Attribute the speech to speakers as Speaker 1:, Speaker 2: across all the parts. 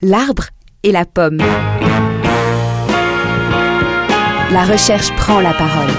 Speaker 1: L'arbre et la pomme. La recherche prend la parole.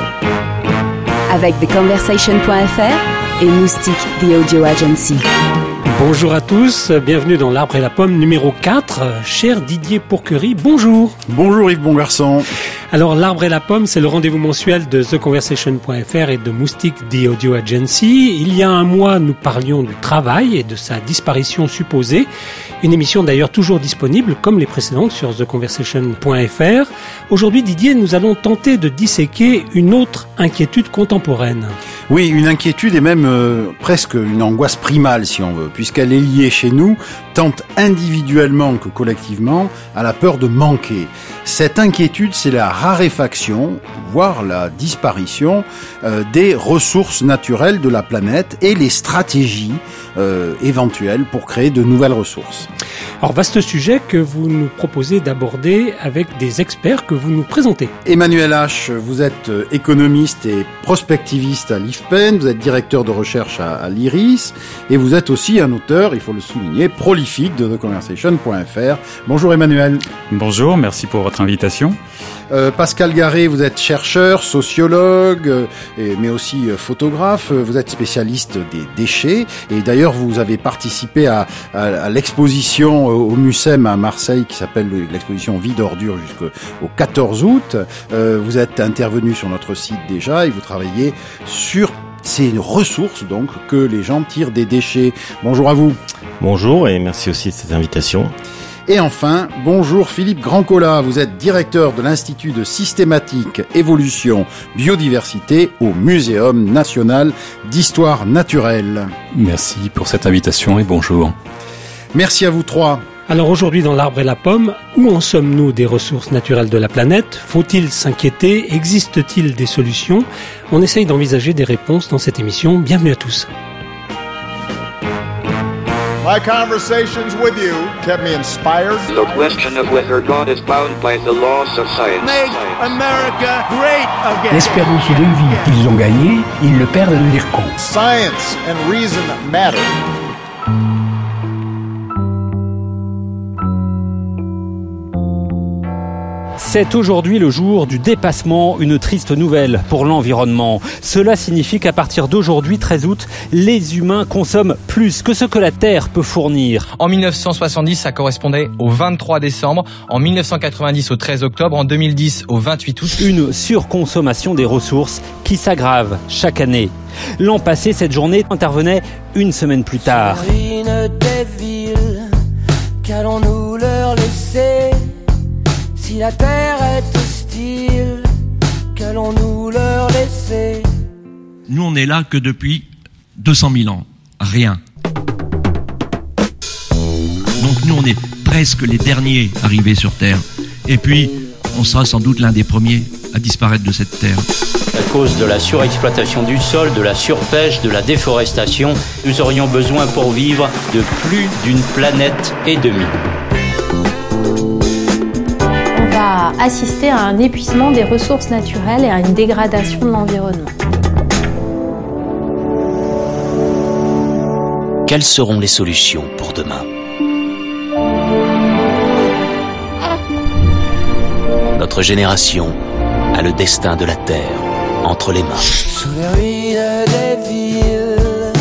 Speaker 1: Avec TheConversation.fr et Moustique, The Audio Agency.
Speaker 2: Bonjour à tous, bienvenue dans l'Arbre et la pomme numéro 4. Cher Didier Pourquerie, bonjour.
Speaker 3: Bonjour Yves Bongarçon.
Speaker 2: Alors l'Arbre et la pomme, c'est le rendez-vous mensuel de TheConversation.fr et de Moustique, The Audio Agency. Il y a un mois, nous parlions du travail et de sa disparition supposée. Une émission d'ailleurs toujours disponible, comme les précédentes, sur TheConversation.fr. Aujourd'hui, Didier, nous allons tenter de disséquer une autre inquiétude contemporaine.
Speaker 3: Oui, une inquiétude et même presque une angoisse primale, si on veut, puisqu'elle est liée chez nous, tant individuellement que collectivement, à la peur de manquer. Cette inquiétude, c'est la raréfaction, voire la disparition des ressources naturelles de la planète et les stratégies éventuelles pour créer de nouvelles ressources.
Speaker 2: Alors, vaste sujet que vous nous proposez d'aborder avec des experts que vous nous présentez.
Speaker 3: Emmanuel H., vous êtes économiste et prospectiviste à l'IFPEN, vous êtes directeur de recherche à l'IRIS, et vous êtes aussi un auteur, il faut le souligner, prolifique de TheConversation.fr. Bonjour Emmanuel.
Speaker 4: Bonjour, merci pour votre invitation.
Speaker 3: Pascal Garé, vous êtes chercheur, sociologue, mais aussi photographe. Vous êtes spécialiste des déchets. Et d'ailleurs, vous avez participé à l'exposition au Mucem à Marseille qui s'appelle l'exposition Vie d'ordures jusqu'au 14 août. Vous êtes intervenu sur notre site déjà et vous travaillez sur ces ressources donc que les gens tirent des déchets. Bonjour à vous.
Speaker 5: Bonjour et merci aussi de cette invitation.
Speaker 3: Et enfin, bonjour Philippe Grandcola, vous êtes directeur de l'Institut de systématique, évolution, biodiversité au Muséum national d'histoire naturelle.
Speaker 4: Merci pour cette invitation et bonjour.
Speaker 3: Merci à vous trois.
Speaker 2: Alors aujourd'hui dans l'Arbre et la pomme, où en sommes-nous des ressources naturelles de la planète ? Faut-il s'inquiéter ? Existe-t-il des solutions ? On essaye d'envisager des réponses dans cette émission. Bienvenue à tous.
Speaker 6: My conversations with you kept me inspired.
Speaker 7: The question of whether God is bound by the laws of science.
Speaker 8: Make America great again.
Speaker 9: L'espérance de vie qu'ils ont gagnée, ils le perdent de lire compte.
Speaker 6: Science and reason matter.
Speaker 10: C'est aujourd'hui le jour du dépassement, une triste nouvelle pour l'environnement. Cela signifie qu'à partir d'aujourd'hui, 13 août, les humains consomment plus que ce que la Terre peut fournir.
Speaker 11: En 1970, ça correspondait au 23 décembre, en 1990 au 13 octobre, en 2010 au 28 août.
Speaker 10: Une surconsommation des ressources qui s'aggrave chaque année. L'an passé, cette journée intervenait une semaine plus tard.
Speaker 12: Qu'allons-nous leur laisser ? Si la terre est hostile, qu'allons-nous leur laisser ?
Speaker 13: Nous, on est là que depuis 200 000 ans. Rien. Donc nous, on est presque les derniers arrivés sur Terre. Et puis, on sera sans doute l'un des premiers à disparaître de cette Terre.
Speaker 14: À cause de la surexploitation du sol, de la surpêche, de la déforestation, nous aurions besoin pour vivre de plus d'une planète et demie.
Speaker 15: On va assister à un épuisement des ressources naturelles et à une dégradation de l'environnement.
Speaker 16: Quelles seront les solutions pour demain ? Notre génération a le destin de la Terre entre les mains.
Speaker 12: Sous les ruines des villes,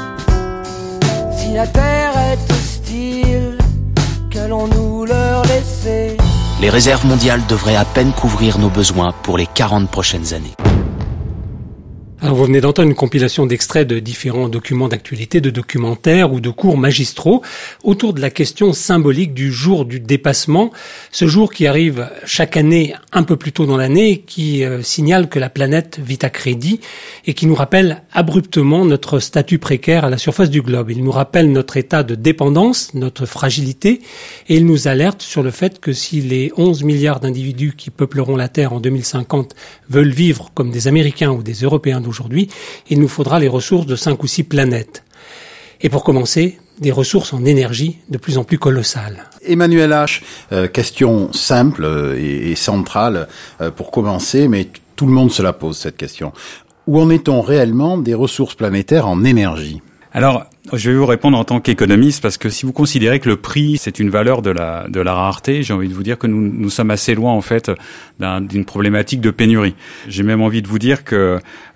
Speaker 12: si la terre est hostile, qu'allons-nous leur laisser ?
Speaker 16: Les réserves mondiales devraient à peine couvrir nos besoins pour les 40 prochaines années.
Speaker 2: Alors vous venez d'entendre une compilation d'extraits de différents documents d'actualité, de documentaires ou de cours magistraux autour de la question symbolique du jour du dépassement. Ce jour qui arrive chaque année un peu plus tôt dans l'année, qui signale que la planète vit à crédit et qui nous rappelle abruptement notre statut précaire à la surface du globe. Il nous rappelle notre état de dépendance, notre fragilité, et il nous alerte sur le fait que si les 11 milliards d'individus qui peupleront la Terre en 2050 veulent vivre comme des Américains ou des Européens d'aujourd'hui, il nous faudra les ressources de 5 ou 6 planètes. Et pour commencer, des ressources en énergie de plus en plus colossales.
Speaker 3: Emmanuel H., question simple et centrale pour commencer, mais tout le monde se la pose cette question. Où en est-on réellement des ressources planétaires en énergie ?
Speaker 4: Alors, Je vais vous répondre en tant qu'économiste, parce que si vous considérez que le prix c'est une valeur de la rareté, j'ai envie de vous dire que nous sommes assez loin en fait d'une problématique de pénurie. J'ai même envie de vous dire que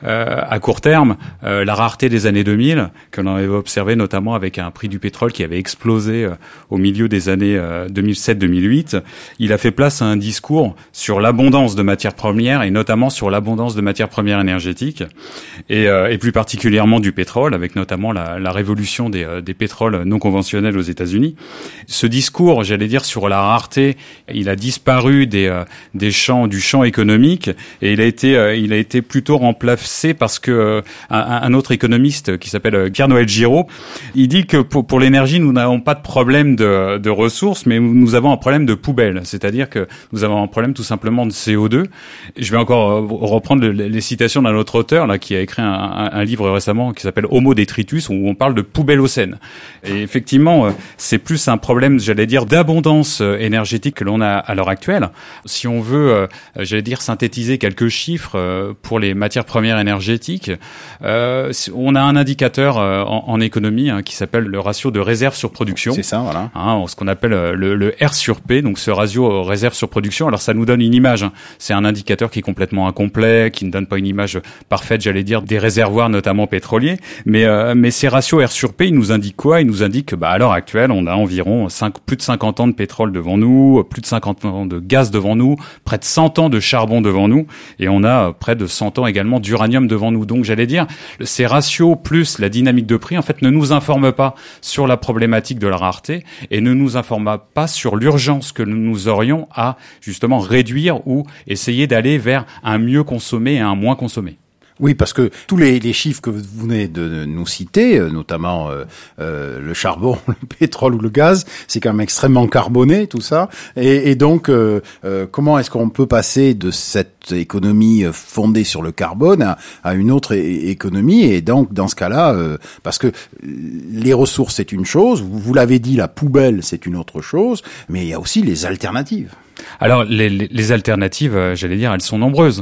Speaker 4: à court terme, la rareté des années 2000, que l'on avait observé notamment avec un prix du pétrole qui avait explosé au milieu des années 2007-2008, il a fait place à un discours sur l'abondance de matières premières et notamment sur l'abondance de matières premières énergétiques et plus particulièrement du pétrole, avec notamment la révolution des pétroles non conventionnels aux États-Unis. Ce discours, j'allais dire, sur la rareté, il a disparu du champ économique et il a été plutôt remplacé parce que un autre économiste qui s'appelle Pierre-Noël Giraud, il dit que pour l'énergie, nous n'avons pas de problème de ressources, mais nous avons un problème de poubelle, c'est-à-dire que nous avons un problème tout simplement de CO2. Je vais encore reprendre les citations d'un autre auteur là qui a écrit un livre récemment qui s'appelle Homo Detritus, où on parle de poubelle océane. Et effectivement, c'est plus un problème, j'allais dire, d'abondance énergétique que l'on a à l'heure actuelle. Si on veut, j'allais dire, synthétiser quelques chiffres pour les matières premières énergétiques, on a un indicateur en économie qui s'appelle le ratio de réserve sur production.
Speaker 3: C'est ça, voilà.
Speaker 4: Ce qu'on appelle le R sur P, donc ce ratio réserve sur production. Alors ça nous donne une image. C'est un indicateur qui est complètement incomplet, qui ne donne pas une image parfaite, j'allais dire, des réservoirs notamment pétroliers. Mais ces ratios R sur P, il nous indique quoi? Il nous indique que à l'heure actuelle, on a environ plus de 50 ans de pétrole devant nous, plus de 50 ans de gaz devant nous, près de 100 ans de charbon devant nous, et on a près de 100 ans également d'uranium devant nous. Donc j'allais dire, ces ratios plus la dynamique de prix, en fait, ne nous informent pas sur la problématique de la rareté et ne nous informent pas sur l'urgence que nous aurions à justement réduire ou essayer d'aller vers un mieux consommé et un moins consommé.
Speaker 3: Oui, parce que tous les chiffres que vous venez de nous citer, notamment le charbon, le pétrole ou le gaz, c'est quand même extrêmement carboné tout ça. Et donc, comment est-ce qu'on peut passer de cette économie fondée sur le carbone à une autre économie? Et donc, dans ce cas-là, parce que les ressources c'est une chose, vous l'avez dit, la poubelle c'est une autre chose, mais il y a aussi les alternatives.
Speaker 4: Alors les alternatives, j'allais dire, elles sont nombreuses.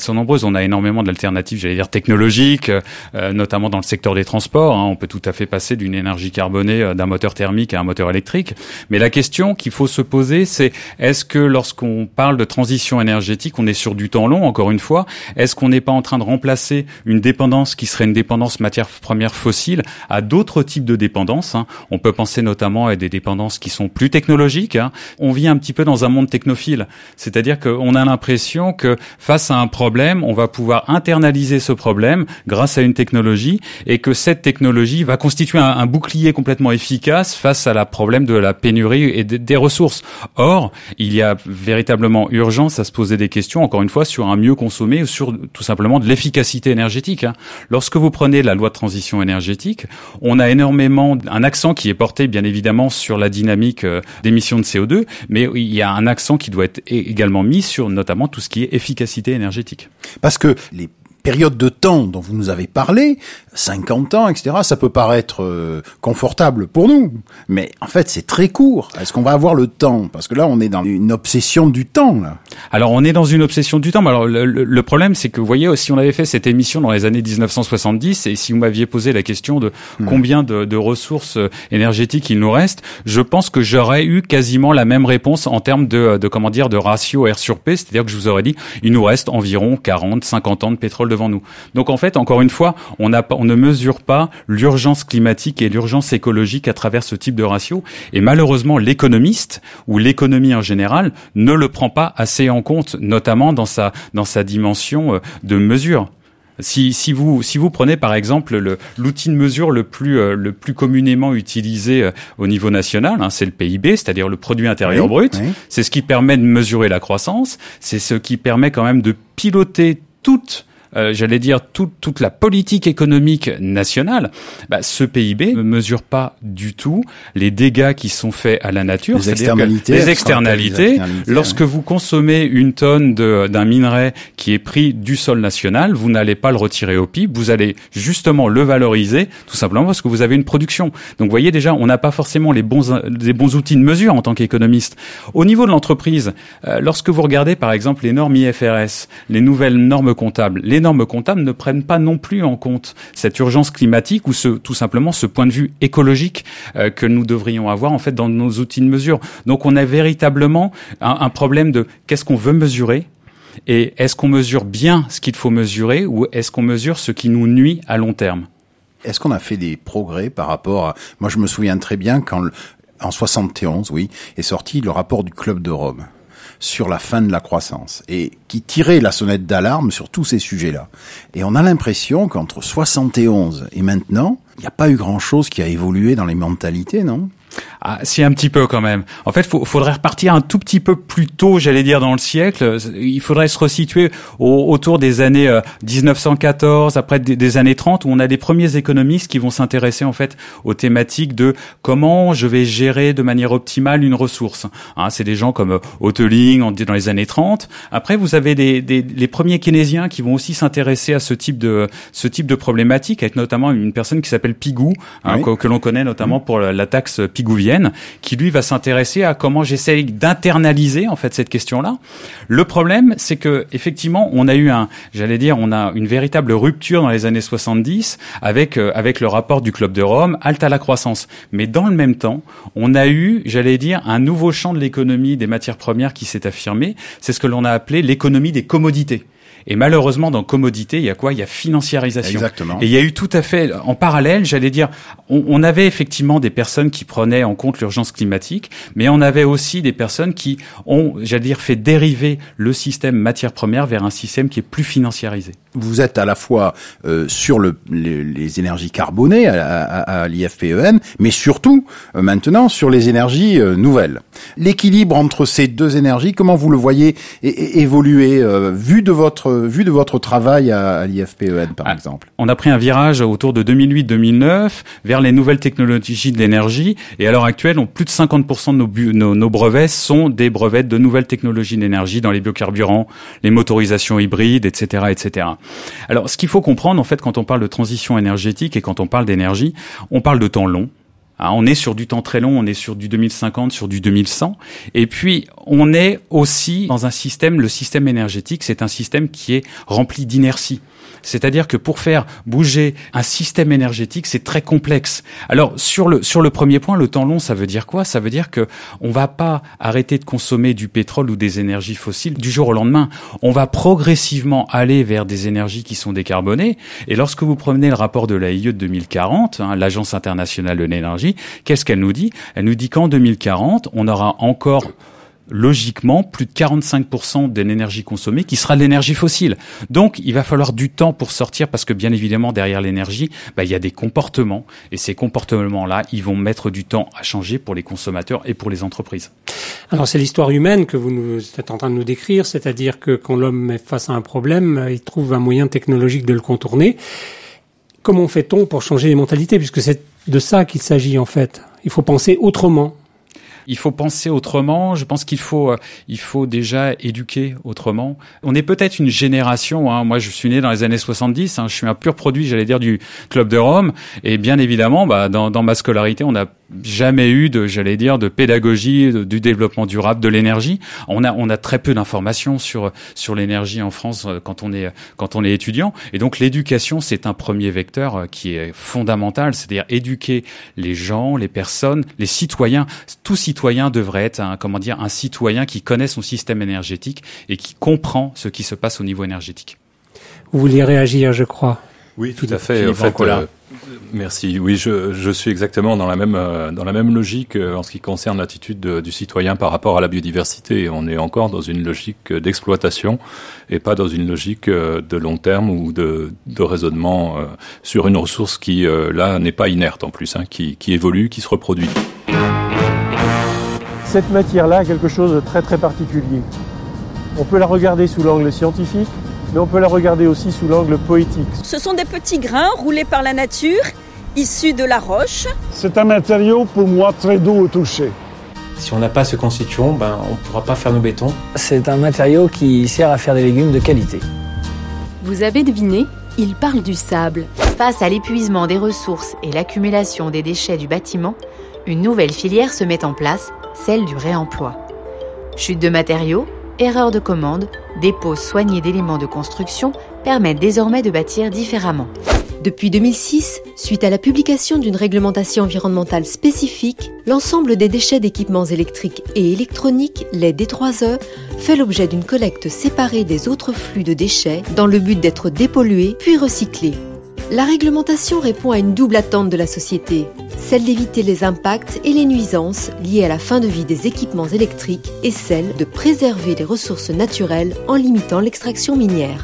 Speaker 4: On a énormément d'alternatives, j'allais dire technologiques, notamment dans le secteur des transports. On peut tout à fait passer d'une énergie carbonée, d'un moteur thermique à un moteur électrique. Mais la question qu'il faut se poser, c'est est-ce que lorsqu'on parle de transition énergétique, on est sur du temps long, encore une fois, est-ce qu'on n'est pas en train de remplacer une dépendance qui serait une dépendance matières premières fossiles à d'autres types de dépendances? On peut penser notamment à des dépendances qui sont plus technologiques. On vit un petit peu dans un monde technophile, c'est-à-dire qu'on a l'impression que face à un problème, on va pouvoir internaliser ce problème grâce à une technologie et que cette technologie va constituer un bouclier complètement efficace face à la problème de la pénurie et des ressources. Or, il y a véritablement urgence à se poser des questions, encore une fois, sur un mieux consommé ou sur tout simplement de l'efficacité énergétique. Lorsque vous prenez la loi de transition énergétique, on a énormément un accent qui est porté bien évidemment sur la dynamique d'émissions de CO2, mais il y a un accent qui doit être également mis sur notamment tout ce qui est efficacité énergétique.
Speaker 3: Parce que les périodes de temps dont vous nous avez parlé, 50 ans, etc., ça peut paraître confortable pour nous, mais en fait c'est très court. Est-ce qu'on va avoir le temps? Parce que là on est dans une obsession du temps là.
Speaker 4: Alors on est dans une obsession du temps, mais alors le problème c'est que vous voyez, si on avait fait cette émission dans les années 1970 et si vous m'aviez posé la question de combien de ressources énergétiques il nous reste, je pense que j'aurais eu quasiment la même réponse en termes de ratio R sur P, c'est-à-dire que je vous aurais dit il nous reste environ 40-50 ans de pétrole devant nous. Donc en fait, encore une fois, on ne mesure pas l'urgence climatique et l'urgence écologique à travers ce type de ratio. Et malheureusement, l'économiste ou l'économie en général ne le prend pas assez en compte, notamment dans sa dimension de mesure. Si vous prenez par exemple l'outil de mesure le plus communément utilisé au niveau national, c'est le PIB, c'est-à-dire le produit intérieur brut. Oui. C'est ce qui permet de mesurer la croissance. C'est ce qui permet quand même de piloter toute la politique économique nationale. Ce PIB ne mesure pas du tout les dégâts qui sont faits à la nature,
Speaker 3: les externalités.
Speaker 4: Lorsque vous consommez une tonne d'un minerai qui est pris du sol national, vous n'allez pas le retirer au PIB, vous allez justement le valoriser, tout simplement parce que vous avez une production. Donc vous voyez déjà, on n'a pas forcément les bons outils de mesure en tant qu'économiste. Au niveau de l'entreprise, lorsque vous regardez par exemple les normes IFRS, les nouvelles normes comptables, les normes comptables ne prennent pas non plus en compte cette urgence climatique ou tout simplement ce point de vue écologique que nous devrions avoir en fait dans nos outils de mesure. Donc on a véritablement un problème de qu'est-ce qu'on veut mesurer et est-ce qu'on mesure bien ce qu'il faut mesurer ou est-ce qu'on mesure ce qui nous nuit à long terme.
Speaker 3: Est-ce qu'on a fait des progrès par rapport à... Moi, je me souviens très bien quand, en 71, est sorti le rapport du Club de Rome sur la fin de la croissance et qui tirait la sonnette d'alarme sur tous ces sujets-là. Et on a l'impression qu'entre 71 et maintenant, il n'y a pas eu grand-chose qui a évolué dans les mentalités, non ?
Speaker 4: Ah, si, un petit peu quand même. En fait, faudrait repartir un tout petit peu plus tôt, j'allais dire, dans le siècle. Il faudrait se resituer autour des années 1914, après des années 30, où on a des premiers économistes qui vont s'intéresser en fait aux thématiques de comment je vais gérer de manière optimale une ressource. C'est des gens comme Hotelling dans les années 30. Après, vous avez les premiers keynésiens qui vont aussi s'intéresser à ce type de problématique, avec notamment une personne qui s'appelle Pigou, que l'on connaît notamment pour la taxe pigouvienne, qui lui va s'intéresser à comment j'essaye d'internaliser en fait cette question-là. Le problème, c'est que effectivement, on a eu on a une véritable rupture dans les années 70 avec le rapport du Club de Rome, halte à la croissance. Mais dans le même temps, on a eu, un nouveau champ de l'économie des matières premières qui s'est affirmé. C'est ce que l'on a appelé l'économie des commodités. Et malheureusement, dans commodité, il y a quoi ? Il y a financiarisation.
Speaker 3: Exactement.
Speaker 4: Et il y a eu tout à fait, en parallèle, on avait effectivement des personnes qui prenaient en compte l'urgence climatique, mais on avait aussi des personnes qui ont, fait dériver le système matières premières vers un système qui est plus financiarisé.
Speaker 3: Vous êtes à la fois sur les énergies carbonées à l'IFPEN, mais surtout maintenant sur les énergies nouvelles. L'équilibre entre ces deux énergies, comment vous le voyez évoluer vu de votre travail à l'IFPEN par exemple?
Speaker 4: On a pris un virage autour de 2008-2009 vers les nouvelles technologies de l'énergie et à l'heure actuelle, plus de 50% de nos brevets sont des brevets de nouvelles technologies d'énergie dans les biocarburants, les motorisations hybrides, etc., etc. Alors, ce qu'il faut comprendre, en fait, quand on parle de transition énergétique et quand on parle d'énergie, on parle de temps long. On est sur du temps très long, on est sur du 2050, sur du 2100. Et puis, on est aussi dans un système, le système énergétique, c'est un système qui est rempli d'inertie. C'est-à-dire que pour faire bouger un système énergétique, c'est très complexe. Alors, sur le premier point, le temps long, ça veut dire quoi ? Ça veut dire que on va pas arrêter de consommer du pétrole ou des énergies fossiles du jour au lendemain. On va progressivement aller vers des énergies qui sont décarbonées. Et lorsque vous prenez le rapport de l'AIE de 2040, l'Agence internationale de l'énergie, qu'est-ce qu'elle nous dit ? Elle nous dit qu'en 2040, on aura encore logiquement plus de 45% de l'énergie consommée qui sera de l'énergie fossile. Donc, il va falloir du temps pour sortir parce que bien évidemment, derrière l'énergie, il y a des comportements et ces comportements-là, ils vont mettre du temps à changer pour les consommateurs et pour les entreprises.
Speaker 2: Alors, c'est l'histoire humaine que vous êtes en train de nous décrire, c'est-à-dire que quand l'homme est face à un problème, il trouve un moyen technologique de le contourner. Comment fait-on pour changer les mentalités, puisque c'est de ça qu'il s'agit en fait. Il faut penser autrement.
Speaker 4: Il faut penser autrement. Je pense qu'il faut déjà éduquer autrement. On est peut-être une génération. Moi, je suis né dans les années 70. Je suis un pur produit, du Club de Rome. Et bien évidemment, dans ma scolarité, on n'a jamais eu de pédagogie, du développement durable, de l'énergie. On a très peu d'informations sur l'énergie en France quand on est étudiant. Et donc, l'éducation, c'est un premier vecteur qui est fondamental. C'est-à-dire éduquer les gens, les personnes, les citoyens. Tout citoyen devrait être un citoyen qui connaît son système énergétique et qui comprend ce qui se passe au niveau énergétique.
Speaker 2: Vous vouliez réagir, je crois.
Speaker 17: Oui, tout à fait. En fait, merci. Oui, je suis exactement dans la même logique en ce qui concerne l'attitude du citoyen par rapport à la biodiversité. On est encore dans une logique d'exploitation et pas dans une logique de long terme ou de raisonnement sur une ressource qui là n'est pas inerte en plus, qui évolue, qui se reproduit.
Speaker 18: Cette matière-là a quelque chose de très très particulier. On peut la regarder sous l'angle scientifique, mais on peut la regarder aussi sous l'angle poétique.
Speaker 19: Ce sont des petits grains roulés par la nature, issus de la roche.
Speaker 18: C'est un matériau pour moi très doux au toucher.
Speaker 20: Si on n'a pas ce constituant, on ne pourra pas faire nos bétons.
Speaker 21: C'est un matériau qui sert à faire des légumes de qualité.
Speaker 1: Vous avez deviné, il parle du sable.
Speaker 22: Face à l'épuisement des ressources et l'accumulation des déchets du bâtiment, une nouvelle filière se met en place, celle du réemploi. Chute de matériaux, erreurs de commande, dépôts soignés d'éléments de construction, permettent désormais de bâtir différemment.
Speaker 5: Depuis 2006, suite à la publication d'une réglementation environnementale spécifique, l'ensemble des déchets d'équipements électriques et électroniques, les D3E, fait l'objet d'une collecte séparée des autres flux de déchets dans le but d'être dépollués puis recyclés. La réglementation répond à une double attente de la société, celle d'éviter les impacts et les nuisances liés à la fin de vie des équipements électriques et celle de préserver les ressources naturelles en limitant l'extraction minière.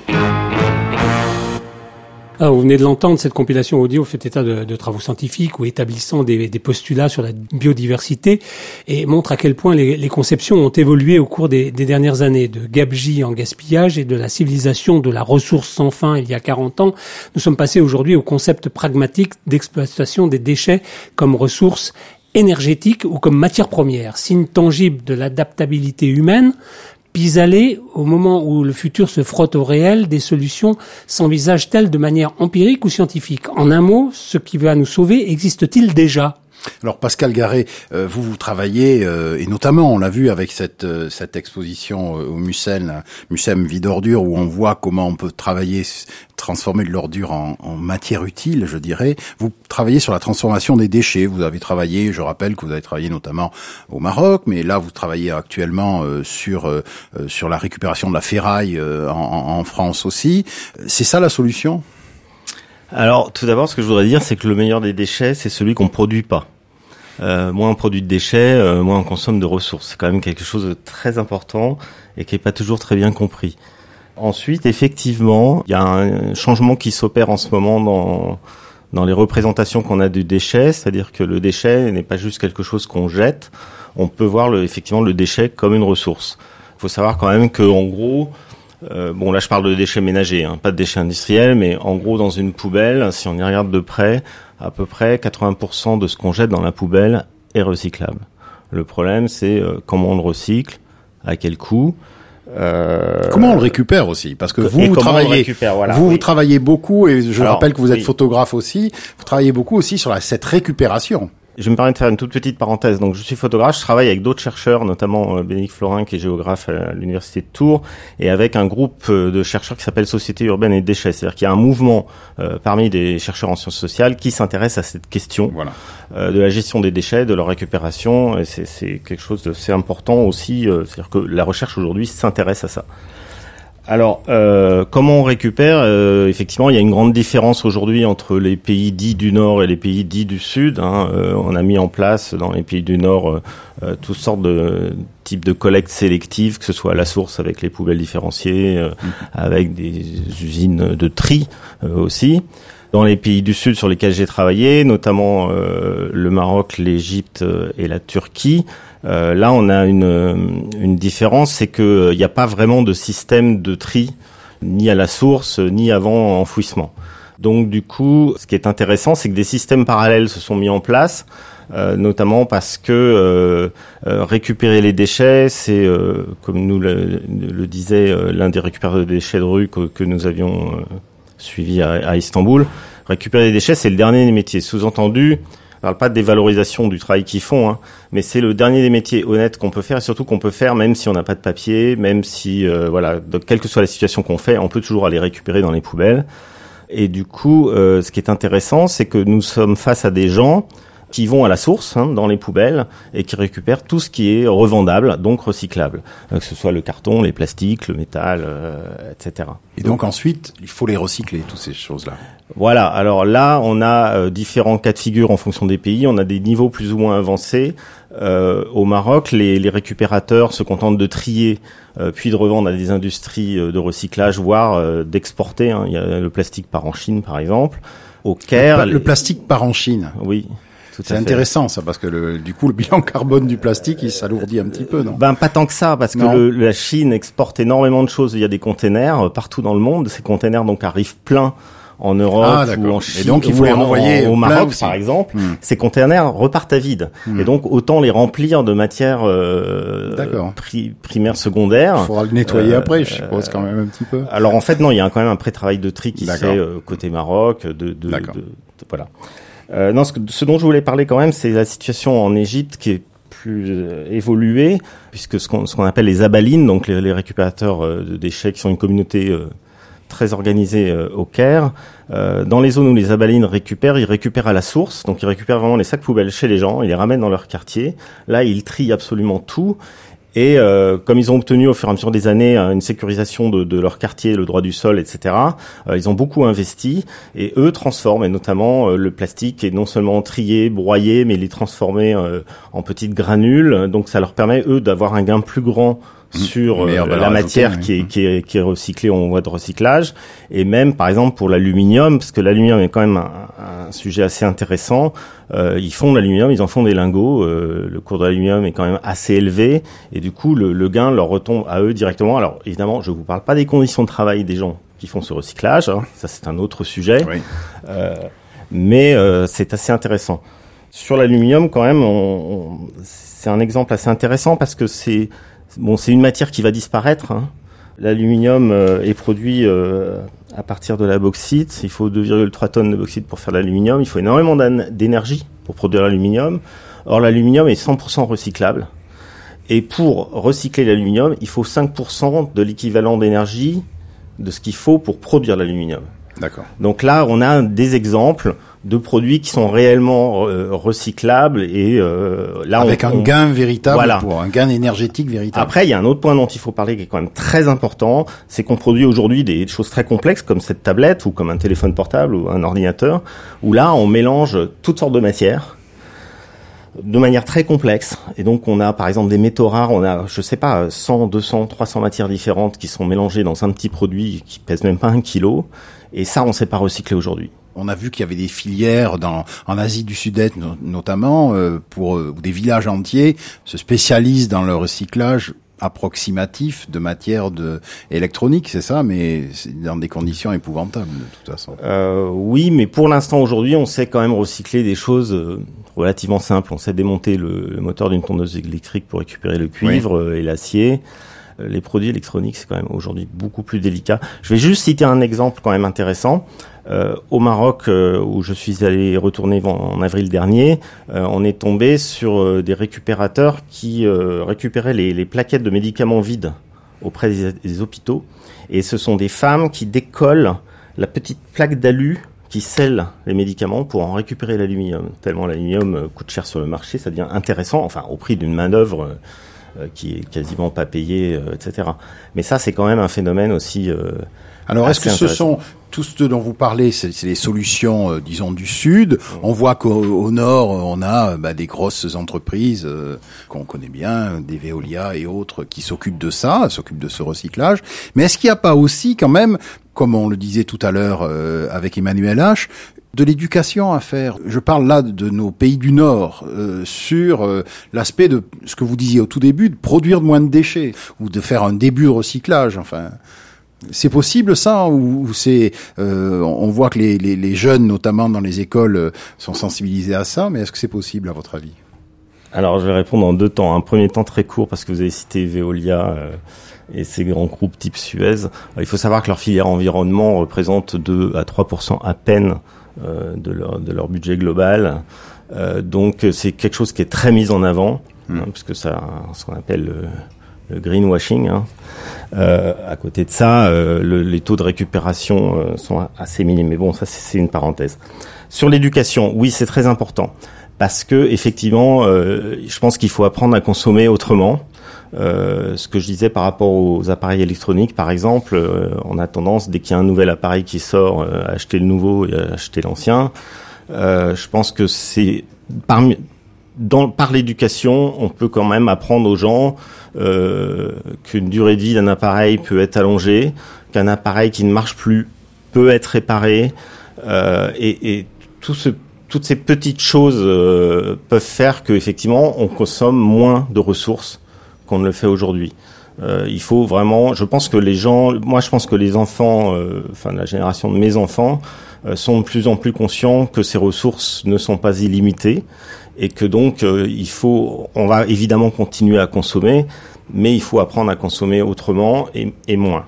Speaker 2: Vous venez de l'entendre, cette compilation audio fait état de travaux scientifiques ou établissant des postulats sur la biodiversité et montre à quel point les conceptions ont évolué au cours des dernières années. De gabegie en gaspillage et de la civilisation de la ressource sans fin il y a 40 ans, nous sommes passés aujourd'hui au concept pragmatique d'exploitation des déchets comme ressources énergétiques ou comme matière première, signe tangible de l'adaptabilité humaine. Pis-aller, au moment où le futur se frotte au réel, des solutions s'envisagent-elles de manière empirique ou scientifique ? En un mot, ce qui va nous sauver existe-t-il déjà ?
Speaker 3: Alors Pascal Garret, vous travaillez et notamment on l'a vu avec cette exposition au Mucem Vie d'ordure où on voit comment on peut transformer de l'ordure en matière utile, je dirais. Vous travaillez sur la transformation des déchets. Vous avez travaillé, je rappelle que vous avez travaillé notamment au Maroc, mais là vous travaillez actuellement sur la récupération de la ferraille en France aussi. C'est ça la solution ?
Speaker 7: Alors, tout d'abord, ce que je voudrais dire, c'est que le meilleur des déchets, c'est celui qu'on produit pas. Moins on produit de déchets, moins on consomme de ressources. C'est quand même quelque chose de très important et qui est pas toujours très bien compris. Ensuite, effectivement, il y a un changement qui s'opère en ce moment dans les représentations qu'on a du déchet, c'est-à-dire que le déchet n'est pas juste quelque chose qu'on jette. On peut voir effectivement le déchet comme une ressource. Il faut savoir quand même que, en gros, bon là je parle de déchets ménagers, pas de déchets industriels, mais en gros dans une poubelle, si on y regarde de près, à peu près 80% de ce qu'on jette dans la poubelle est recyclable. Le problème c'est comment on le recycle, à quel coût.
Speaker 3: Comment on le récupère aussi, parce que vous travaillez beaucoup et je rappelle que vous êtes photographe aussi. Vous travaillez beaucoup aussi sur cette récupération.
Speaker 7: Je vais me permettre de faire une toute petite parenthèse. Donc, je suis photographe, je travaille avec d'autres chercheurs, notamment Bénédicte Florin, qui est géographe à l'université de Tours, et avec un groupe de chercheurs qui s'appelle Société urbaine et déchets. C'est-à-dire qu'il y a un mouvement parmi des chercheurs en sciences sociales qui s'intéresse à cette question de la gestion des déchets, de leur récupération. Et c'est quelque chose d'assez important aussi. C'est-à-dire que la recherche aujourd'hui s'intéresse à ça. Alors, comment on récupère effectivement, il y a une grande différence aujourd'hui entre les pays dits du Nord et les pays dits du Sud. On a mis en place dans les pays du Nord toutes sortes de types de collecte sélective, que ce soit à la source avec les poubelles différenciées, avec des usines de tri aussi. Dans les pays du Sud sur lesquels j'ai travaillé, notamment le Maroc, l'Égypte et la Turquie, là on a une différence, c'est que il n'y a pas vraiment de système de tri, ni à la source, ni avant enfouissement. Donc du coup, ce qui est intéressant, c'est que des systèmes parallèles se sont mis en place, notamment parce que récupérer les déchets, c'est, comme nous le disait l'un des récupérateurs de déchets de rue que nous avions suivi à Istanbul, récupérer les déchets, c'est le dernier des métiers. Sous-entendu, on parle pas de dévalorisation du travail qu'ils font, mais c'est le dernier des métiers honnêtes qu'on peut faire, et surtout qu'on peut faire même si on n'a pas de papier, même si, quelle que soit la situation qu'on fait, on peut toujours aller récupérer dans les poubelles. Et du coup, ce qui est intéressant, c'est que nous sommes face à des gens qui vont à la source dans les poubelles et qui récupèrent tout ce qui est revendable, donc recyclable, que ce soit le carton, les plastiques, le métal, etc.
Speaker 3: Et donc ensuite, il faut les recycler, toutes ces choses-là.
Speaker 7: Voilà, alors là, on a différents cas de figure en fonction des pays, on a des niveaux plus ou moins avancés. Au Maroc, les récupérateurs se contentent de trier, puis de revendre à des industries de recyclage, voire d'exporter. Il y a le plastique part en Chine, par exemple. Au Caire...
Speaker 3: Le plastique part en Chine.
Speaker 7: Oui.
Speaker 3: C'est intéressant ça, parce que du coup le bilan carbone du plastique il s'alourdit un petit peu, non ?
Speaker 7: Pas tant que ça, parce que la Chine exporte énormément de choses. Il y a des containers partout dans le monde. Ces containers donc arrivent pleins en Europe ou en Chine,
Speaker 3: et donc il faut les renvoyer
Speaker 7: au Maroc par exemple. Ces containers repartent à vide, et donc autant les remplir de matière primaire, secondaire.
Speaker 3: Il faudra le nettoyer après, je suppose quand même un petit peu.
Speaker 7: Alors en fait non, il y a quand même un pré-travail de tri qui se fait côté Maroc, voilà. Non, ce dont je voulais parler quand même, c'est la situation en Égypte qui est plus évoluée, puisque ce qu'on appelle les abalines, donc les récupérateurs de déchets, qui sont une communauté très organisé au Caire. Dans les zones où les abalines récupèrent, ils récupèrent à la source, donc ils récupèrent vraiment les sacs poubelles chez les gens, ils les ramènent dans leur quartier. Là, ils trient absolument tout. Et comme ils ont obtenu au fur et à mesure des années une sécurisation de leur quartier, le droit du sol, etc., ils ont beaucoup investi et eux transforment, et notamment le plastique est non seulement trié, broyé, mais il est transformé en petites granules. Donc ça leur permet, eux, d'avoir un gain plus grand sur la matière qui est recyclée en voie de recyclage. Et même, par exemple, pour l'aluminium, parce que l'aluminium est quand même un sujet assez intéressant, ils font de l'aluminium, ils en font des lingots. Le cours de l'aluminium est quand même assez élevé. Et du coup, le gain leur retombe à eux directement. Alors, évidemment, je vous parle pas des conditions de travail des gens qui font ce recyclage. Hein. Ça, c'est un autre sujet. Oui. Mais c'est assez intéressant. Sur l'aluminium, quand même, c'est un exemple assez intéressant parce que c'est une matière qui va disparaître. Hein. L'aluminium est produit à partir de la bauxite. Il faut 2,3 tonnes de bauxite pour faire de l'aluminium. Il faut énormément d'énergie pour produire l'aluminium. Or, l'aluminium est 100% recyclable. Et pour recycler l'aluminium, il faut 5% de l'équivalent d'énergie de ce qu'il faut pour produire l'aluminium.
Speaker 3: D'accord.
Speaker 7: Donc là, on a des exemples de produits qui sont réellement recyclables et là
Speaker 3: avec un gain véritable,
Speaker 7: voilà.
Speaker 3: Pour un gain énergétique véritable.
Speaker 7: Après, il y a un autre point dont il faut parler qui est quand même très important, c'est qu'on produit aujourd'hui des choses très complexes comme cette tablette ou comme un téléphone portable ou un ordinateur, où là on mélange toutes sortes de matières de manière très complexe. Et donc on a par exemple des métaux rares, on a 100, 200, 300 matières différentes qui sont mélangées dans un petit produit qui pèse même pas 1 kilo. Et ça, on ne sait pas recycler aujourd'hui.
Speaker 3: On a vu qu'il y avait des filières en Asie du Sud-Est notamment pour des villages entiers se spécialisent dans le recyclage approximatif de matières électroniques, c'est ça, mais c'est dans des conditions épouvantables de toute façon.
Speaker 7: Oui, mais pour l'instant aujourd'hui, on sait quand même recycler des choses relativement simples. On sait démonter le moteur d'une tondeuse électrique pour récupérer le cuivre et l'acier. Les produits électroniques, c'est quand même aujourd'hui beaucoup plus délicat. Je vais juste citer un exemple quand même intéressant. Au Maroc, où je suis allé retourner en avril dernier, on est tombé sur des récupérateurs qui récupéraient les plaquettes de médicaments vides auprès des hôpitaux. Et ce sont des femmes qui décollent la petite plaque d'alu qui scelle les médicaments pour en récupérer l'aluminium. Tellement l'aluminium coûte cher sur le marché, ça devient intéressant, enfin au prix d'une main-d'œuvre qui est quasiment pas payée, etc. Mais ça, c'est quand même un phénomène aussi.
Speaker 3: Alors, est-ce que ce sont tout ce dont vous parlez, c'est les solutions, disons, du Sud. On voit qu'au Nord, on a des grosses entreprises qu'on connaît bien, des Veolia et autres, qui s'occupent de ça, s'occupent de ce recyclage. Mais est-ce qu'il n'y a pas aussi, quand même, comme on le disait tout à l'heure avec Emmanuel H., de l'éducation à faire? Je parle là de nos pays du Nord, sur l'aspect de ce que vous disiez au tout début, de produire moins de déchets, ou de faire un début de recyclage, enfin... C'est possible ça, ou c'est on voit que les jeunes, notamment dans les écoles, sont sensibilisés à ça, mais est-ce que c'est possible à votre avis?
Speaker 7: Alors je vais répondre en 2 temps. Un premier temps très court parce que vous avez cité Veolia et ces grands groupes type Suez. Il faut savoir que leur filière environnement représente 2 à 3% à peine de leur budget global. Donc c'est quelque chose qui est très mis en avant, puisque ça, ce qu'on appelle le greenwashing. À côté de ça, les taux de récupération sont assez minimes. Mais bon, ça c'est une parenthèse. Sur l'éducation, oui, c'est très important parce que effectivement, je pense qu'il faut apprendre à consommer autrement. Ce que je disais par rapport aux appareils électroniques, par exemple, on a tendance, dès qu'il y a un nouvel appareil qui sort, à acheter le nouveau et à acheter l'ancien. Je pense que c'est par l'éducation, on peut quand même apprendre aux gens qu'une durée de vie d'un appareil peut être allongée, qu'un appareil qui ne marche plus peut être réparé, et toutes ces petites choses peuvent faire que effectivement on consomme moins de ressources qu'on ne le fait aujourd'hui. Il faut vraiment, je pense que les enfants, la génération de mes enfants, sont de plus en plus conscients que ces ressources ne sont pas illimitées et que donc on va évidemment continuer à consommer, mais il faut apprendre à consommer autrement et moins.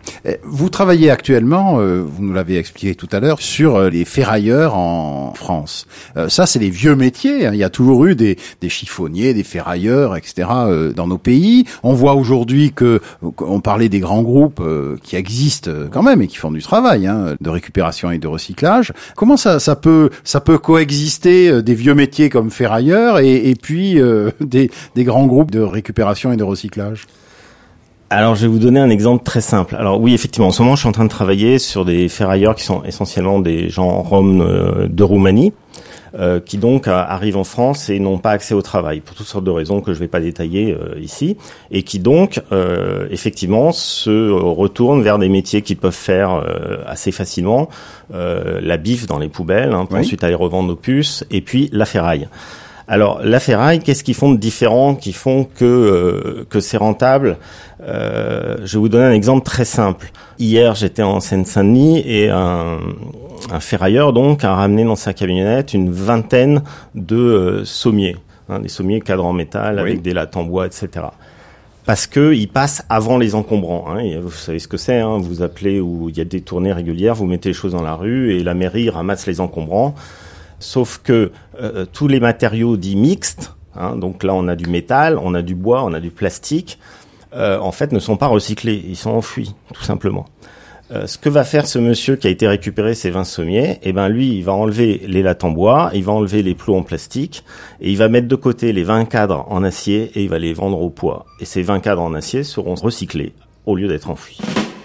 Speaker 3: Vous travaillez actuellement, vous nous l'avez expliqué tout à l'heure, sur les ferrailleurs en France. Ça, c'est les vieux métiers. Hein. Il y a toujours eu des chiffonniers, des ferrailleurs, etc. Dans nos pays. On voit aujourd'hui on parlait des grands groupes qui existent quand même et qui font du travail de récupération et de recyclage. Comment ça peut coexister des vieux métiers comme ferrailleurs et puis des grands groupes de récupération et de recyclage?
Speaker 7: Alors, je vais vous donner un exemple très simple. Alors oui, effectivement, en ce moment, je suis en train de travailler sur des ferrailleurs qui sont essentiellement des gens roms de Roumanie, qui donc arrivent en France et n'ont pas accès au travail, pour toutes sortes de raisons que je ne vais pas détailler ici, et qui donc, effectivement, se retournent vers des métiers qu'ils peuvent faire assez facilement, la bif dans les poubelles, pour ensuite aller revendre nos puces, et puis la ferraille. Alors, la ferraille, qu'est-ce qu'ils font de différent, qui font que c'est rentable? Je vais vous donner un exemple très simple. Hier, j'étais en Seine-Saint-Denis et un ferrailleur, donc, a ramené dans sa camionnette une vingtaine de sommiers, des sommiers cadres en métal avec des lattes en bois, etc. Parce que ils passent avant les encombrants. Et vous savez ce que c'est, vous appelez où il y a des tournées régulières, vous mettez les choses dans la rue et la mairie ramasse les encombrants. Sauf que tous les matériaux dits mixtes, donc là on a du métal, on a du bois, on a du plastique, en fait ne sont pas recyclés, ils sont enfouis, tout simplement. Ce que va faire ce monsieur qui a été récupéré ces 20 sommiers, lui il va enlever les lattes en bois, il va enlever les plots en plastique, et il va mettre de côté les 20 cadres en acier et il va les vendre au poids. Et ces 20 cadres en acier seront recyclés au lieu d'être enfouis.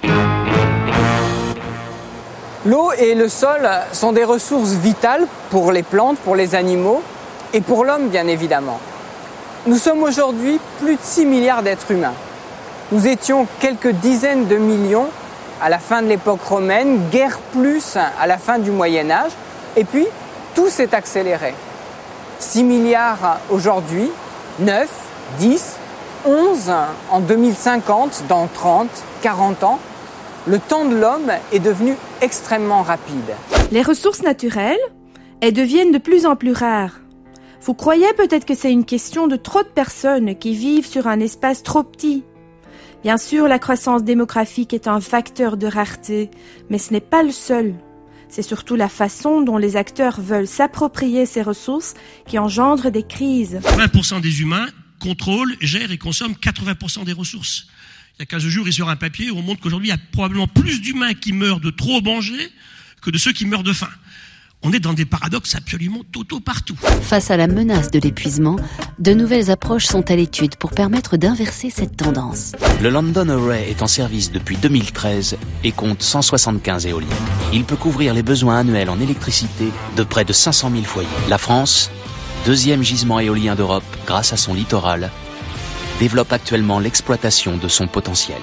Speaker 8: L'eau et le sol sont des ressources vitales pour les plantes, pour les animaux et pour l'homme bien évidemment. Nous sommes aujourd'hui plus de 6 milliards d'êtres humains. Nous étions quelques dizaines de millions à la fin de l'époque romaine, guère plus à la fin du Moyen-Âge, et puis tout s'est accéléré. 6 milliards aujourd'hui, 9, 10, 11 en 2050, dans 30, 40 ans. Le temps de l'homme est devenu extrêmement rapide.
Speaker 9: Les ressources naturelles, elles deviennent de plus en plus rares. Vous croyez peut-être que c'est une question de trop de personnes qui vivent sur un espace trop petit. Bien sûr, la croissance démographique est un facteur de rareté, mais ce n'est pas le seul. C'est surtout la façon dont les acteurs veulent s'approprier ces ressources qui engendre des crises.
Speaker 23: 20% des humains contrôlent, gèrent et consomment 80% des ressources. Il y a 15 jours, et sur un papier, on montre qu'aujourd'hui, il y a probablement plus d'humains qui meurent de trop manger que de ceux qui meurent de faim. On est dans des paradoxes absolument totaux partout.
Speaker 1: Face à la menace de l'épuisement, de nouvelles approches sont à l'étude pour permettre d'inverser cette tendance.
Speaker 16: Le London Array est en service depuis 2013 et compte 175 éoliennes. Il peut couvrir les besoins annuels en électricité de près de 500 000 foyers. La France, deuxième gisement éolien d'Europe grâce à son littoral, développe actuellement l'exploitation de son potentiel.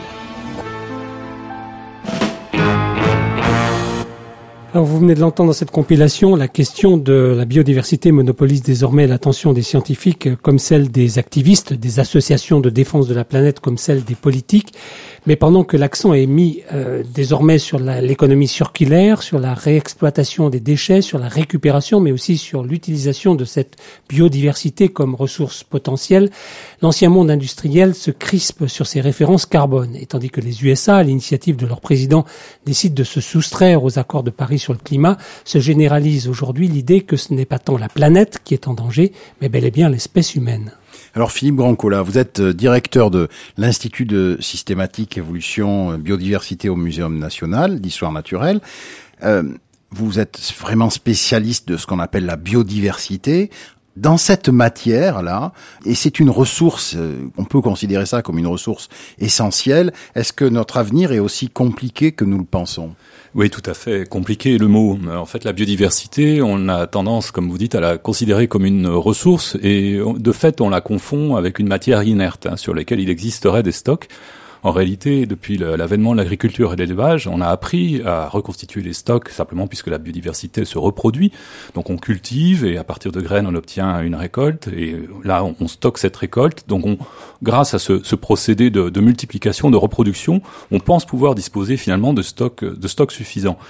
Speaker 2: Alors vous venez de l'entendre dans cette compilation, la question de la biodiversité monopolise désormais l'attention des scientifiques comme celle des activistes, des associations de défense de la planète comme celle des politiques. Mais pendant que l'accent est mis désormais sur l'économie circulaire, sur la réexploitation des déchets, sur la récupération, mais aussi sur l'utilisation de cette biodiversité comme ressource potentielle, l'ancien monde industriel se crispe sur ses références carbone. Et tandis que les USA, à l'initiative de leur président, décident de se soustraire aux accords de Paris sur le climat, se généralise aujourd'hui l'idée que ce n'est pas tant la planète qui est en danger, mais bel et bien l'espèce humaine.
Speaker 3: Alors Philippe Brancola, vous êtes directeur de l'Institut de systématique évolution biodiversité au Muséum national d'histoire naturelle. Vous êtes vraiment spécialiste de ce qu'on appelle la biodiversité. Dans cette matière-là, et c'est une ressource, on peut considérer ça comme une ressource essentielle, est-ce que notre avenir est aussi compliqué que nous le pensons ?
Speaker 17: Oui, tout à fait. Compliqué est le mot. En fait, la biodiversité, on a tendance, comme vous dites, à la considérer comme une ressource et de fait, on la confond avec une matière inerte sur laquelle il existerait des stocks. En réalité, depuis l'avènement de l'agriculture et de l'élevage, on a appris à reconstituer les stocks simplement puisque la biodiversité se reproduit. Donc on cultive et à partir de graines, on obtient une récolte et là, on stocke cette récolte. Donc grâce à ce procédé de multiplication, de reproduction, on pense pouvoir disposer finalement de stocks suffisants.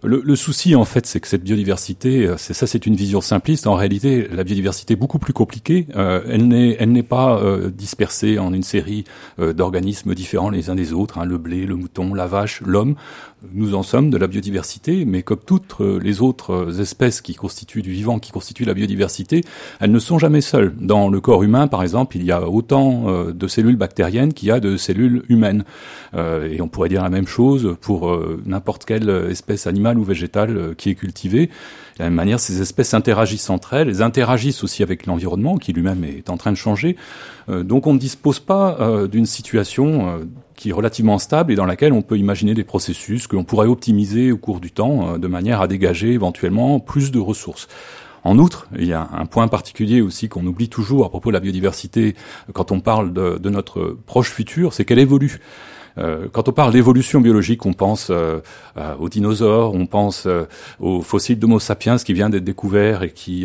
Speaker 17: Le souci, en fait, c'est que cette biodiversité, c'est une vision simpliste. En réalité, la biodiversité est beaucoup plus compliquée. Elle n'est pas dispersée en une série d'organismes différents les uns des autres, hein, le blé, le mouton, la vache, l'homme. Nous en sommes de la biodiversité, mais comme toutes les autres espèces qui constituent du vivant, qui constituent la biodiversité, elles ne sont jamais seules. Dans le corps humain, par exemple, il y a autant de cellules bactériennes qu'il y a de cellules humaines. Et on pourrait dire la même chose pour n'importe quelle espèce animale ou végétale qui est cultivée. De la même manière, ces espèces interagissent entre elles interagissent aussi avec l'environnement qui lui-même est en train de changer. Donc on ne dispose pas d'une situation qui est relativement stable et dans laquelle on peut imaginer des processus que l'on pourrait optimiser au cours du temps de manière à dégager éventuellement plus de ressources. En outre, il y a un point particulier aussi qu'on oublie toujours à propos de la biodiversité quand on parle de notre proche futur, c'est qu'elle évolue. Quand on parle d'évolution biologique, on pense aux dinosaures, on pense aux fossiles d'Homo sapiens qui vient d'être découvert et qui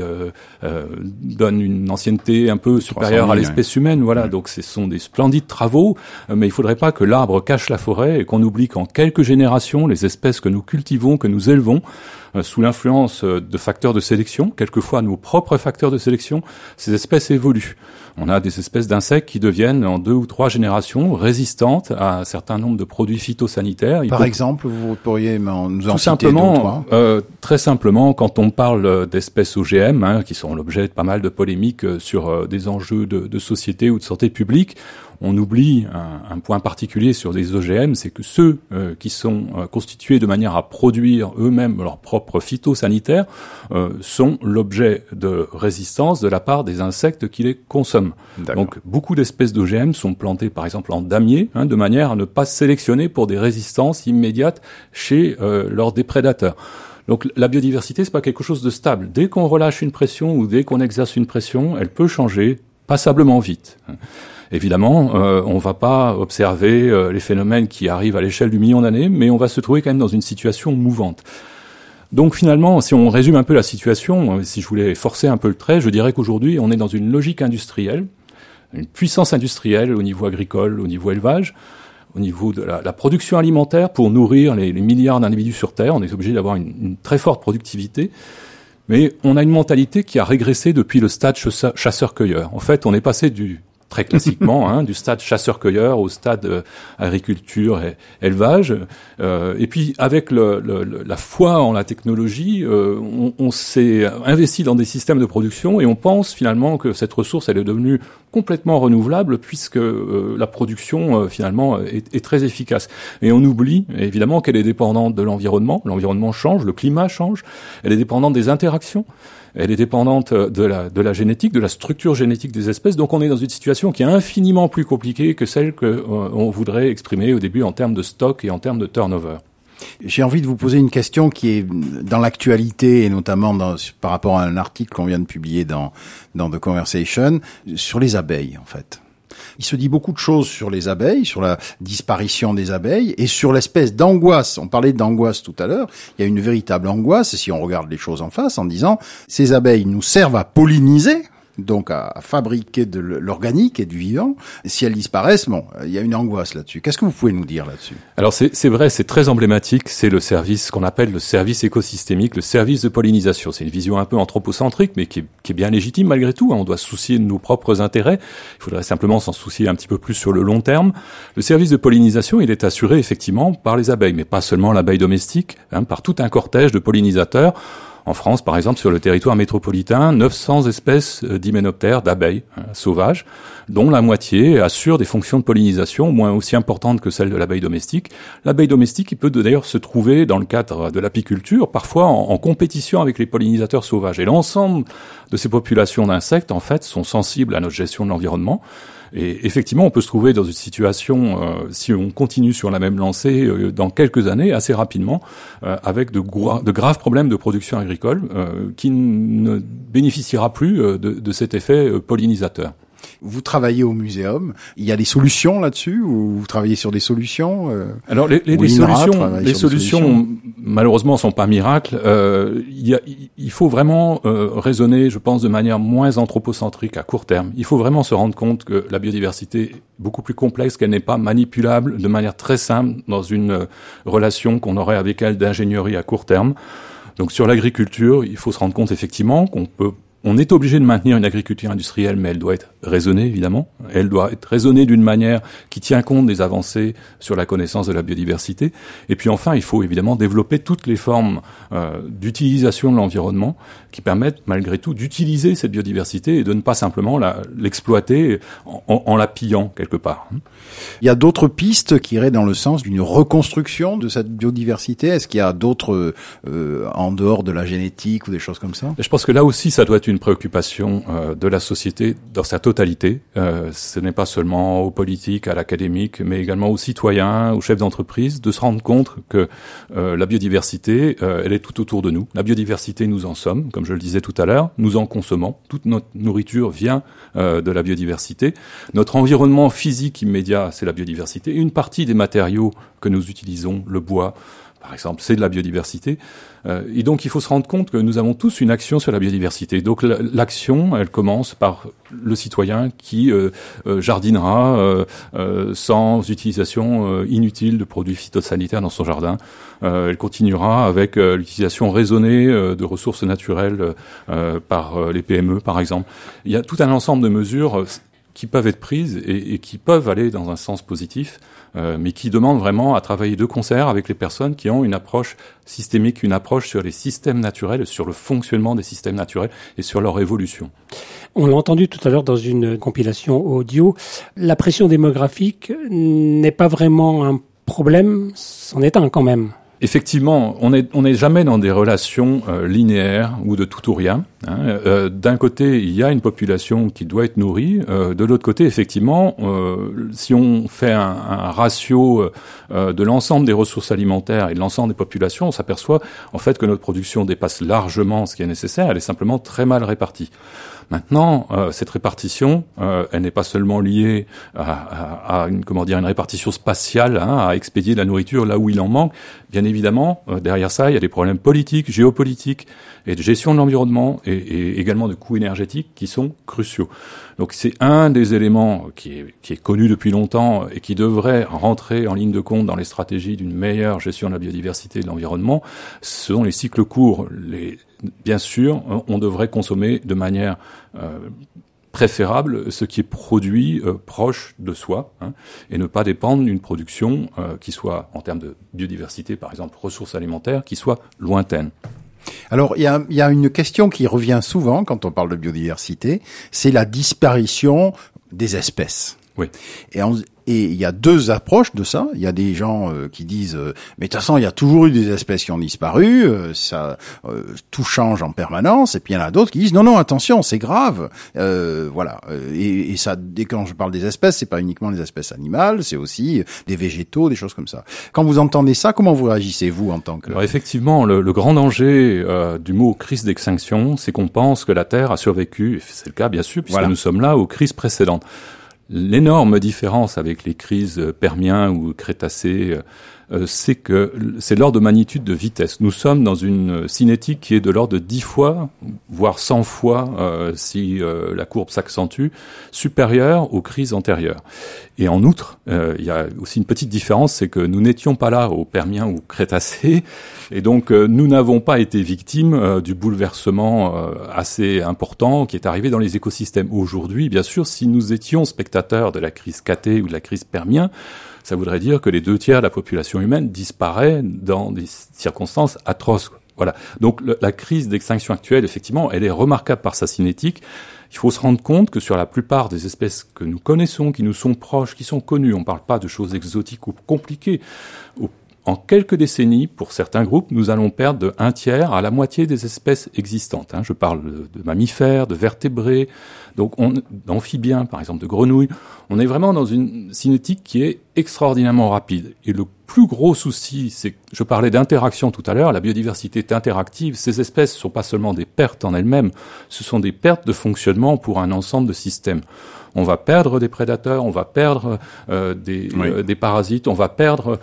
Speaker 17: donne une ancienneté un peu supérieure à l'espèce humaine. Voilà, donc ce sont des splendides travaux, mais il faudrait pas que l'arbre cache la forêt et qu'on oublie qu'en quelques générations, les espèces que nous cultivons, que nous élevons, sous l'influence de facteurs de sélection, quelquefois nos propres facteurs de sélection, ces espèces évoluent. On a des espèces d'insectes qui deviennent en 2 ou 3 générations résistantes à un certain nombre de produits phytosanitaires.
Speaker 3: Par exemple, vous pourriez nous en
Speaker 17: tout
Speaker 3: citer
Speaker 17: simplement,
Speaker 3: d'autres,
Speaker 17: très simplement, quand on parle d'espèces OGM, hein, qui sont l'objet de pas mal de polémiques sur des enjeux de société ou de santé publique, on oublie un point particulier sur les OGM, c'est que ceux qui sont constitués de manière à produire eux-mêmes leurs propres phytosanitaires sont l'objet de résistance de la part des insectes qui les consomment. Donc beaucoup d'espèces d'OGM sont plantées par exemple en damier, hein, de manière à ne pas sélectionner pour des résistances immédiates chez leurs déprédateurs. Donc la biodiversité, c'est pas quelque chose de stable. Dès qu'on relâche une pression ou dès qu'on exerce une pression, elle peut changer passablement vite. Évidemment, on va pas observer les phénomènes qui arrivent à l'échelle du million d'années, mais on va se trouver quand même dans une situation mouvante. Donc finalement, si on résume un peu la situation, si je voulais forcer un peu le trait, je dirais qu'aujourd'hui, on est dans une logique industrielle, une puissance industrielle au niveau agricole, au niveau élevage, au niveau de la production alimentaire pour nourrir les milliards d'individus sur Terre. On est obligé d'avoir une très forte productivité. Mais on a une mentalité qui a régressé depuis le stade chasseur-cueilleur. En fait, on est passé très classiquement, du stade chasseur-cueilleur au stade agriculture et élevage. Et puis, avec la foi en la technologie, on s'est investi dans des systèmes de production et on pense finalement que cette ressource, elle est devenue complètement renouvelable puisque la production, finalement, est très efficace. Et on oublie, évidemment, qu'elle est dépendante de l'environnement. L'environnement change, le climat change. Elle est dépendante des interactions. Elle est dépendante de la génétique, de la structure génétique des espèces. Donc on est dans une situation qui est infiniment plus compliquée que celle qu'on voudrait exprimer au début en termes de stock et en termes de turnover.
Speaker 3: J'ai envie de vous poser une question qui est dans l'actualité et notamment par rapport à un article qu'on vient de publier dans The Conversation sur les abeilles, en fait. Il se dit beaucoup de choses sur les abeilles, sur la disparition des abeilles et sur l'espèce d'angoisse. On parlait d'angoisse tout à l'heure. Il y a une véritable angoisse si on regarde les choses en face en disant ces abeilles nous servent à polliniser, donc à fabriquer de l'organique et du vivant. Si elles disparaissent, bon, il y a une angoisse là-dessus. Qu'est-ce que vous pouvez nous dire là-dessus?
Speaker 17: Alors c'est vrai, c'est très emblématique, c'est le service qu'on appelle le service écosystémique, le service de pollinisation. C'est une vision un peu anthropocentrique, mais qui est bien légitime malgré tout. On doit se soucier de nos propres intérêts. Il faudrait simplement s'en soucier un petit peu plus sur le long terme. Le service de pollinisation, il est assuré effectivement par les abeilles, mais pas seulement l'abeille domestique, par tout un cortège de pollinisateurs. En France, par exemple, sur le territoire métropolitain, 900 espèces d'hyménoptères, d'abeilles sauvages, dont la moitié assure des fonctions de pollinisation au moins aussi importantes que celles de l'abeille domestique. L'abeille domestique, il peut d'ailleurs se trouver dans le cadre de l'apiculture, parfois en compétition avec les pollinisateurs sauvages. Et l'ensemble de ces populations d'insectes, en fait, sont sensibles à notre gestion de l'environnement. Et effectivement, on peut se trouver dans une situation, si on continue sur la même lancée, dans quelques années, assez rapidement, avec de graves problèmes de production agricole qui ne bénéficiera plus de cet effet pollinisateur.
Speaker 3: Vous travaillez au muséum. Il y a des solutions là-dessus ou vous travaillez sur des solutions
Speaker 17: Alors les solutions malheureusement sont pas miracles. Il faut vraiment raisonner, je pense, de manière moins anthropocentrique à court terme. Il faut vraiment se rendre compte que la biodiversité est beaucoup plus complexe, qu'elle n'est pas manipulable de manière très simple dans une relation qu'on aurait avec elle d'ingénierie à court terme. Donc sur l'agriculture, il faut se rendre compte effectivement on est obligé de maintenir une agriculture industrielle, mais elle doit être raisonnée, évidemment. Elle doit être raisonnée d'une manière qui tient compte des avancées sur la connaissance de la biodiversité. Et puis enfin, il faut évidemment développer toutes les formes d'utilisation de l'environnement qui permettent malgré tout d'utiliser cette biodiversité et de ne pas simplement l'exploiter en la pillant quelque part.
Speaker 3: Il y a d'autres pistes qui iraient dans le sens d'une reconstruction de cette biodiversité. Est-ce qu'il y a d'autres en dehors de la génétique ou des choses comme ça?
Speaker 17: Je pense que là aussi, ça doit être une préoccupation de la société dans sa totalité. Ce n'est pas seulement aux politiques, à l'académique, mais également aux citoyens, aux chefs d'entreprise, de se rendre compte que la biodiversité, elle est tout autour de nous. La biodiversité, nous en sommes, comme je le disais tout à l'heure, nous en consommons. Toute notre nourriture vient de la biodiversité. Notre environnement physique immédiat, c'est la biodiversité. Une partie des matériaux que nous utilisons, le bois, par exemple, c'est de la biodiversité. Et donc, il faut se rendre compte que nous avons tous une action sur la biodiversité. Donc, l'action, elle commence par le citoyen qui jardinera sans utilisation inutile de produits phytosanitaires dans son jardin. Elle continuera avec l'utilisation raisonnée de ressources naturelles par les PME, par exemple. Il y a tout un ensemble de mesures qui peuvent être prises et qui peuvent aller dans un sens positif, mais qui demandent vraiment à travailler de concert avec les personnes qui ont une approche systémique, une approche sur les systèmes naturels, sur le fonctionnement des systèmes naturels et sur leur évolution.
Speaker 2: On l'a entendu tout à l'heure dans une compilation audio, la pression démographique n'est pas vraiment un problème, c'en est un quand même.
Speaker 17: Effectivement, on n'est jamais dans des relations linéaires ou de tout ou rien. D'un côté, il y a une population qui doit être nourrie. De l'autre côté, effectivement, si on fait un ratio de l'ensemble des ressources alimentaires et de l'ensemble des populations, on s'aperçoit en fait que notre production dépasse largement ce qui est nécessaire. Elle est simplement très mal répartie. Maintenant, cette répartition, elle n'est pas seulement liée à une répartition spatiale, à expédier de la nourriture là où il en manque. Bien évidemment, derrière ça, il y a des problèmes politiques, géopolitiques et de gestion de l'environnement et également de coûts énergétiques qui sont cruciaux. Donc c'est un des éléments qui est connu depuis longtemps et qui devrait rentrer en ligne de compte dans les stratégies d'une meilleure gestion de la biodiversité et de l'environnement. Ce sont les cycles courts. Bien sûr, on devrait consommer de manière préférable ce qui est produit proche de soi, et ne pas dépendre d'une production qui soit, en termes de biodiversité, par exemple, ressources alimentaires, qui soit lointaine.
Speaker 3: Alors, il y a une question qui revient souvent quand on parle de biodiversité, c'est la disparition des espèces.
Speaker 17: Oui.
Speaker 3: Et il y a deux approches de ça. Il y a des gens qui disent mais de toute façon il y a toujours eu des espèces qui ont disparu, tout change en permanence. Et puis il y en a d'autres qui disent non attention c'est grave. Voilà. Et ça, dès quand je parle des espèces, c'est pas uniquement les espèces animales, c'est aussi des végétaux, des choses comme ça. Quand vous entendez ça, comment vous réagissez vous en tant que...
Speaker 17: Alors effectivement, le grand danger du mot crise d'extinction, c'est qu'on pense que la Terre a survécu, et c'est le cas bien sûr puisque nous sommes là aux crises précédentes. L'énorme différence avec les crises Permien ou Crétacé, c'est que c'est l'ordre de magnitude de vitesse. Nous sommes dans une cinétique qui est de l'ordre de 10 fois, voire 100 fois, si la courbe s'accentue, supérieure aux crises antérieures. Et en outre, il y a aussi une petite différence, c'est que nous n'étions pas là au Permien ou Crétacé, et donc nous n'avons pas été victimes du bouleversement assez important qui est arrivé dans les écosystèmes. Aujourd'hui, bien sûr, si nous étions spectateurs de la crise Caté ou de la crise Permien, ça voudrait dire que les 2/3 de la population humaine disparaît dans des circonstances atroces. Voilà. Donc la crise d'extinction actuelle, effectivement, elle est remarquable par sa cinétique. Il faut se rendre compte que sur la plupart des espèces que nous connaissons, qui nous sont proches, qui sont connues, on ne parle pas de choses exotiques ou compliquées. En quelques décennies, pour certains groupes, nous allons perdre de 1/3 à la moitié des espèces existantes. Je parle de mammifères, de vertébrés, Donc d'amphibiens, par exemple de grenouilles, on est vraiment dans une cinétique qui est extraordinairement rapide. Et le plus gros souci, c'est que je parlais d'interaction tout à l'heure, la biodiversité est interactive. Ces espèces ne sont pas seulement des pertes en elles-mêmes, ce sont des pertes de fonctionnement pour un ensemble de systèmes. On va perdre des prédateurs, on va perdre des parasites, on va perdre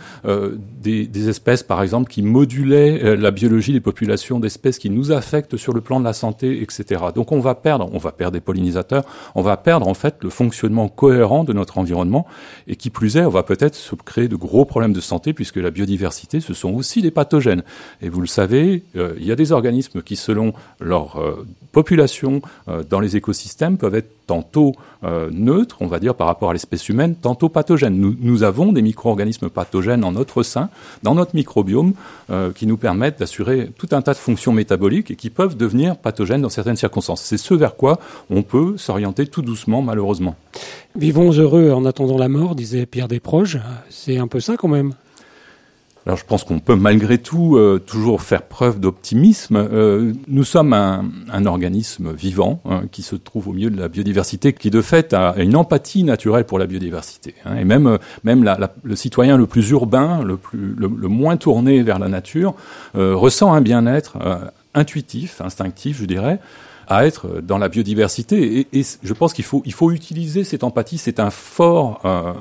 Speaker 17: des espèces, par exemple, qui modulaient la biologie des populations d'espèces qui nous affectent sur le plan de la santé, etc. Donc on va perdre des pollinisateurs, on va perdre en fait le fonctionnement cohérent de notre environnement, et qui plus est, on va peut-être se créer de gros problèmes de santé, puisque la biodiversité, ce sont aussi des pathogènes. Et vous le savez, il y a des organismes qui, selon leur population dans les écosystèmes, peuvent être tantôt neutres, on va dire, par rapport à l'espèce humaine, tantôt pathogènes. Nous avons des micro-organismes pathogènes en notre sein, dans notre microbiome, qui nous permettent d'assurer tout un tas de fonctions métaboliques et qui peuvent devenir pathogènes dans certaines circonstances. C'est ce vers quoi on peut s'orienter tout doucement, malheureusement.
Speaker 2: Vivons heureux en attendant la mort, disait Pierre Desproges. C'est un peu ça quand même.
Speaker 17: Alors je pense qu'on peut malgré tout toujours faire preuve d'optimisme. Nous sommes un organisme vivant qui se trouve au milieu de la biodiversité, qui de fait a une empathie naturelle pour la biodiversité. Et même le citoyen le plus urbain, le moins tourné vers la nature, ressent un bien-être intuitif, instinctif, je dirais, à être dans la biodiversité. Et je pense qu'il faut utiliser cette empathie. C'est un fort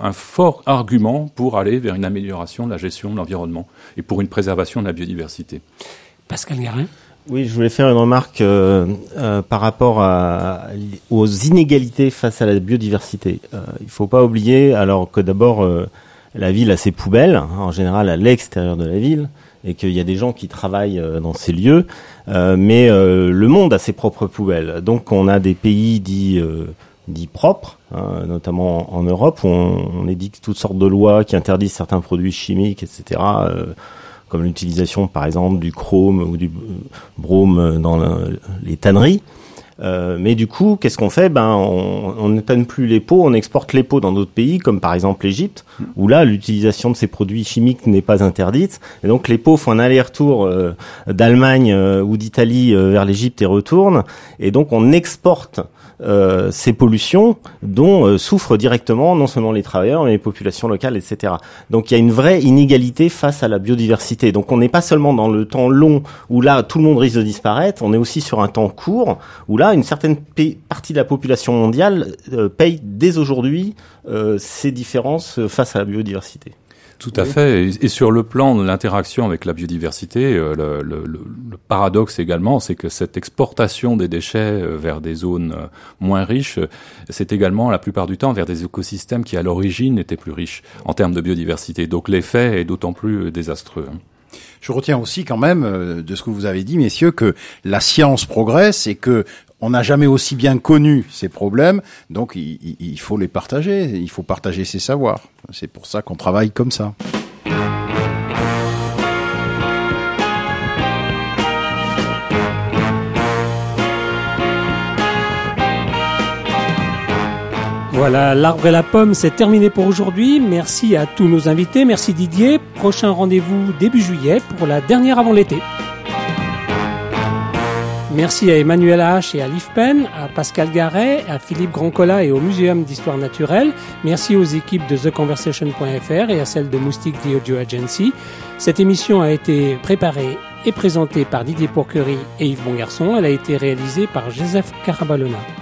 Speaker 17: argument pour aller vers une amélioration de la gestion de l'environnement et pour une préservation de la biodiversité.
Speaker 2: Pascal Garin.
Speaker 7: Oui, je voulais faire une remarque par rapport aux inégalités face à la biodiversité. Il faut pas oublier, alors que d'abord la ville a ses poubelles, en général à l'extérieur de la ville, et qu'il y a des gens qui travaillent dans ces lieux, mais le monde a ses propres poubelles. Donc on a des pays dits propres, notamment en Europe, où on édicte toutes sortes de lois qui interdisent certains produits chimiques, etc., comme l'utilisation par exemple du chrome ou du brome dans les tanneries. Mais du coup, qu'est-ce qu'on fait ? On n'épanne plus les pots, on exporte les pots dans d'autres pays, comme par exemple l'Égypte, où là, l'utilisation de ces produits chimiques n'est pas interdite. Et donc, les pots font un aller-retour d'Allemagne ou d'Italie vers l'Égypte et retournent. Et donc, on exporte ces pollutions dont souffrent directement non seulement les travailleurs, mais les populations locales, etc. Donc, il y a une vraie inégalité face à la biodiversité. Donc, on n'est pas seulement dans le temps long où là, tout le monde risque de disparaître, on est aussi sur un temps court où là, une certaine partie de la population mondiale paye dès aujourd'hui ces différences face à la biodiversité.
Speaker 17: Tout à fait. Et sur le plan de l'interaction avec la biodiversité, le paradoxe également, c'est que cette exportation des déchets vers des zones moins riches, c'est également la plupart du temps vers des écosystèmes qui à l'origine étaient plus riches en termes de biodiversité. Donc l'effet est d'autant plus désastreux.
Speaker 3: Je retiens aussi quand même de ce que vous avez dit, messieurs, que la science progresse et que on n'a jamais aussi bien connu ces problèmes, donc il faut les partager, il faut partager ces savoirs. C'est pour ça qu'on travaille comme ça.
Speaker 2: Voilà, l'arbre et la pomme, c'est terminé pour aujourd'hui. Merci à tous nos invités. Merci Didier. Prochain rendez-vous début juillet pour la dernière avant l'été. Merci à Emmanuel H et à l'IFPEN, à Pascal Garet, à Philippe Grandcola et au Muséum d'Histoire Naturelle. Merci aux équipes de TheConversation.fr et à celles de Moustique The Audio Agency. Cette émission a été préparée et présentée par Didier Pourquerie et Yves Bongarçon. Elle a été réalisée par Joseph Carabalona.